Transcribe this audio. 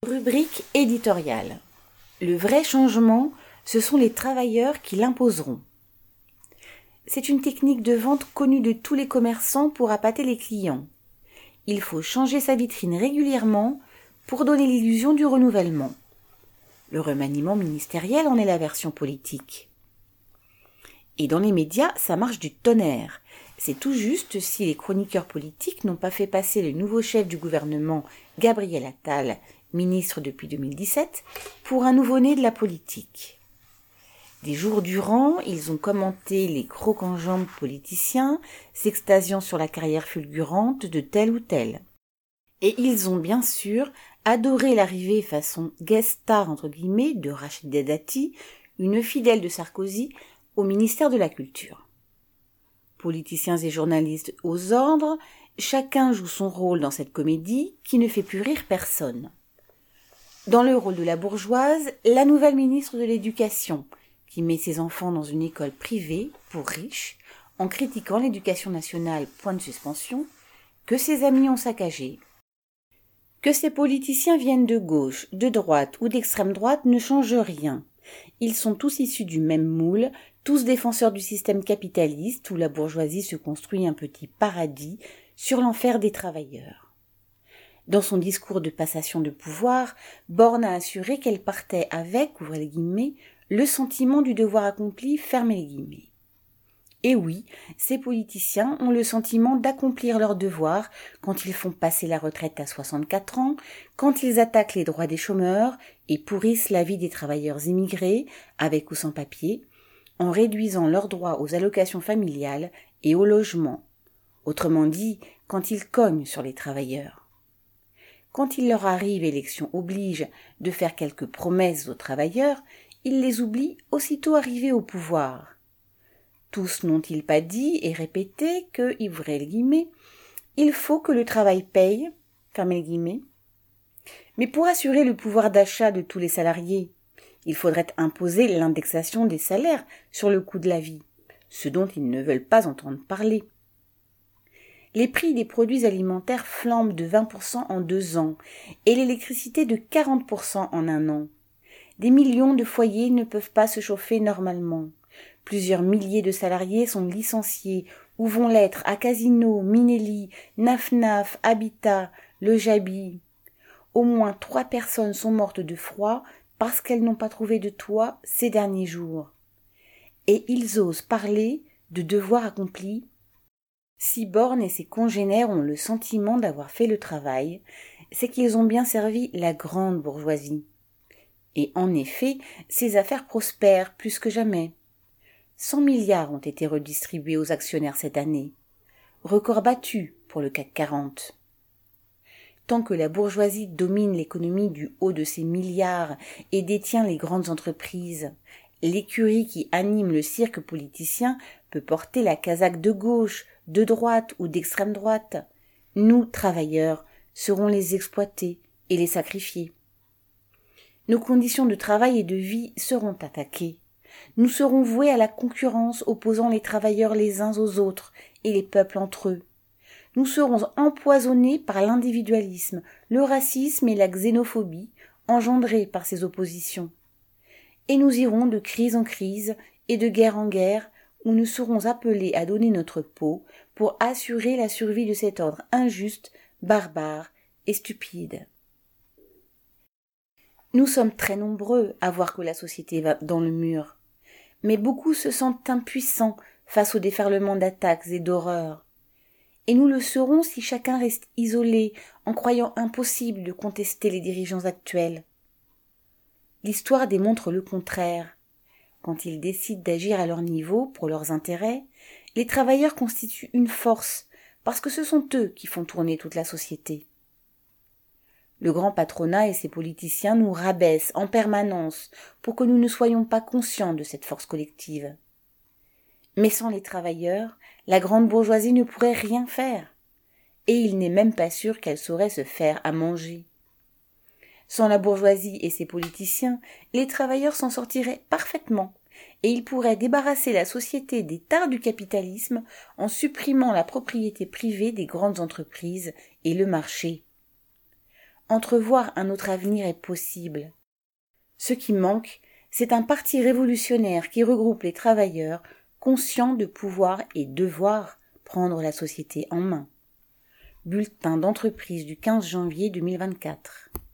Rubrique éditoriale. Le vrai changement, ce sont les travailleurs qui l'imposeront. C'est une technique de vente connue de tous les commerçants pour appâter les clients. Il faut changer sa vitrine régulièrement pour donner l'illusion du renouvellement. Le remaniement ministériel en est la version politique. Et dans les médias, ça marche du tonnerre. C'est tout juste si les chroniqueurs politiques n'ont pas fait passer le nouveau chef du gouvernement, Gabriel Attal, ministre depuis 2017, pour un nouveau-né de la politique. Des jours durant, ils ont commenté les crocs-en-jambes politiciens, s'extasiant sur la carrière fulgurante de tel ou tel. Et ils ont bien sûr adoré l'arrivée façon guest star entre guillemets de Rachida Dati, une fidèle de Sarkozy, au ministère de la Culture. Politiciens et journalistes aux ordres, chacun joue son rôle dans cette comédie qui ne fait plus rire personne. Dans le rôle de la bourgeoise, la nouvelle ministre de l'Éducation, qui met ses enfants dans une école privée pour riches, en critiquant l'éducation nationale, point de suspension, que ses amis ont saccagé. Que ces politiciens viennent de gauche, de droite ou d'extrême droite ne change rien. Ils sont tous issus du même moule, tous défenseurs du système capitaliste où la bourgeoisie se construit un petit paradis sur l'enfer des travailleurs. Dans son discours de passation de pouvoir, Borne a assuré qu'elle partait avec, ouvrez les guillemets, le sentiment du devoir accompli, fermez les guillemets. Et oui, ces politiciens ont le sentiment d'accomplir leur devoir quand ils font passer la retraite à 64 ans, quand ils attaquent les droits des chômeurs et pourrissent la vie des travailleurs immigrés, avec ou sans papier, en réduisant leurs droits aux allocations familiales et au logement. Autrement dit, quand ils cognent sur les travailleurs. Quand il leur arrive, élection oblige, de faire quelques promesses aux travailleurs, ils les oublient aussitôt arrivés au pouvoir. Tous n'ont-ils pas dit et répété que, ouvrez les guillemets, il faut que le travail paye, fermez les guillemets. Mais pour assurer le pouvoir d'achat de tous les salariés, il faudrait imposer l'indexation des salaires sur le coût de la vie, ce dont ils ne veulent pas entendre parler. Les prix des produits alimentaires flambent de 20% en 2 ans et l'électricité de 40% en 1 an. Des millions de foyers ne peuvent pas se chauffer normalement. Plusieurs milliers de salariés sont licenciés ou vont l'être à Casino, Minelli, Naf, Habitat, Le Jabi. Au moins 3 personnes sont mortes de froid parce qu'elles n'ont pas trouvé de toit ces derniers jours. Et ils osent parler de devoir accompli. Si Borne et ses congénères ont le sentiment d'avoir fait le travail, c'est qu'ils ont bien servi la grande bourgeoisie. Et en effet, ces affaires prospèrent plus que jamais. 100 milliards ont été redistribués aux actionnaires cette année. Record battu pour le CAC 40. Tant que la bourgeoisie domine l'économie du haut de ces milliards et détient les grandes entreprises, l'écurie qui anime le cirque politicien peut porter la casaque de gauche, de droite ou d'extrême droite. Nous, travailleurs, serons les exploités et les sacrifiés. Nos conditions de travail et de vie seront attaquées. Nous serons voués à la concurrence opposant les travailleurs les uns aux autres et les peuples entre eux. Nous serons empoisonnés par l'individualisme, le racisme et la xénophobie engendrés par ces oppositions. Et nous irons de crise en crise et de guerre en guerre où nous serons appelés à donner notre peau pour assurer la survie de cet ordre injuste, barbare et stupide. Nous sommes très nombreux à voir que la société va dans le mur, mais beaucoup se sentent impuissants face au déferlement d'attaques et d'horreurs. Et nous le serons si chacun reste isolé en croyant impossible de contester les dirigeants actuels. L'histoire démontre le contraire. Quand ils décident d'agir à leur niveau pour leurs intérêts, les travailleurs constituent une force parce que ce sont eux qui font tourner toute la société. Le grand patronat et ses politiciens nous rabaissent en permanence pour que nous ne soyons pas conscients de cette force collective. Mais sans les travailleurs, la grande bourgeoisie ne pourrait rien faire. Et il n'est même pas sûr qu'elle saurait se faire à manger. Sans la bourgeoisie et ses politiciens, les travailleurs s'en sortiraient parfaitement, et ils pourraient débarrasser la société des tares du capitalisme en supprimant la propriété privée des grandes entreprises et le marché. Entrevoir un autre avenir est possible. Ce qui manque, c'est un parti révolutionnaire qui regroupe les travailleurs conscients de pouvoir et devoir prendre la société en main. Bulletin d'entreprise du 15 janvier 2024.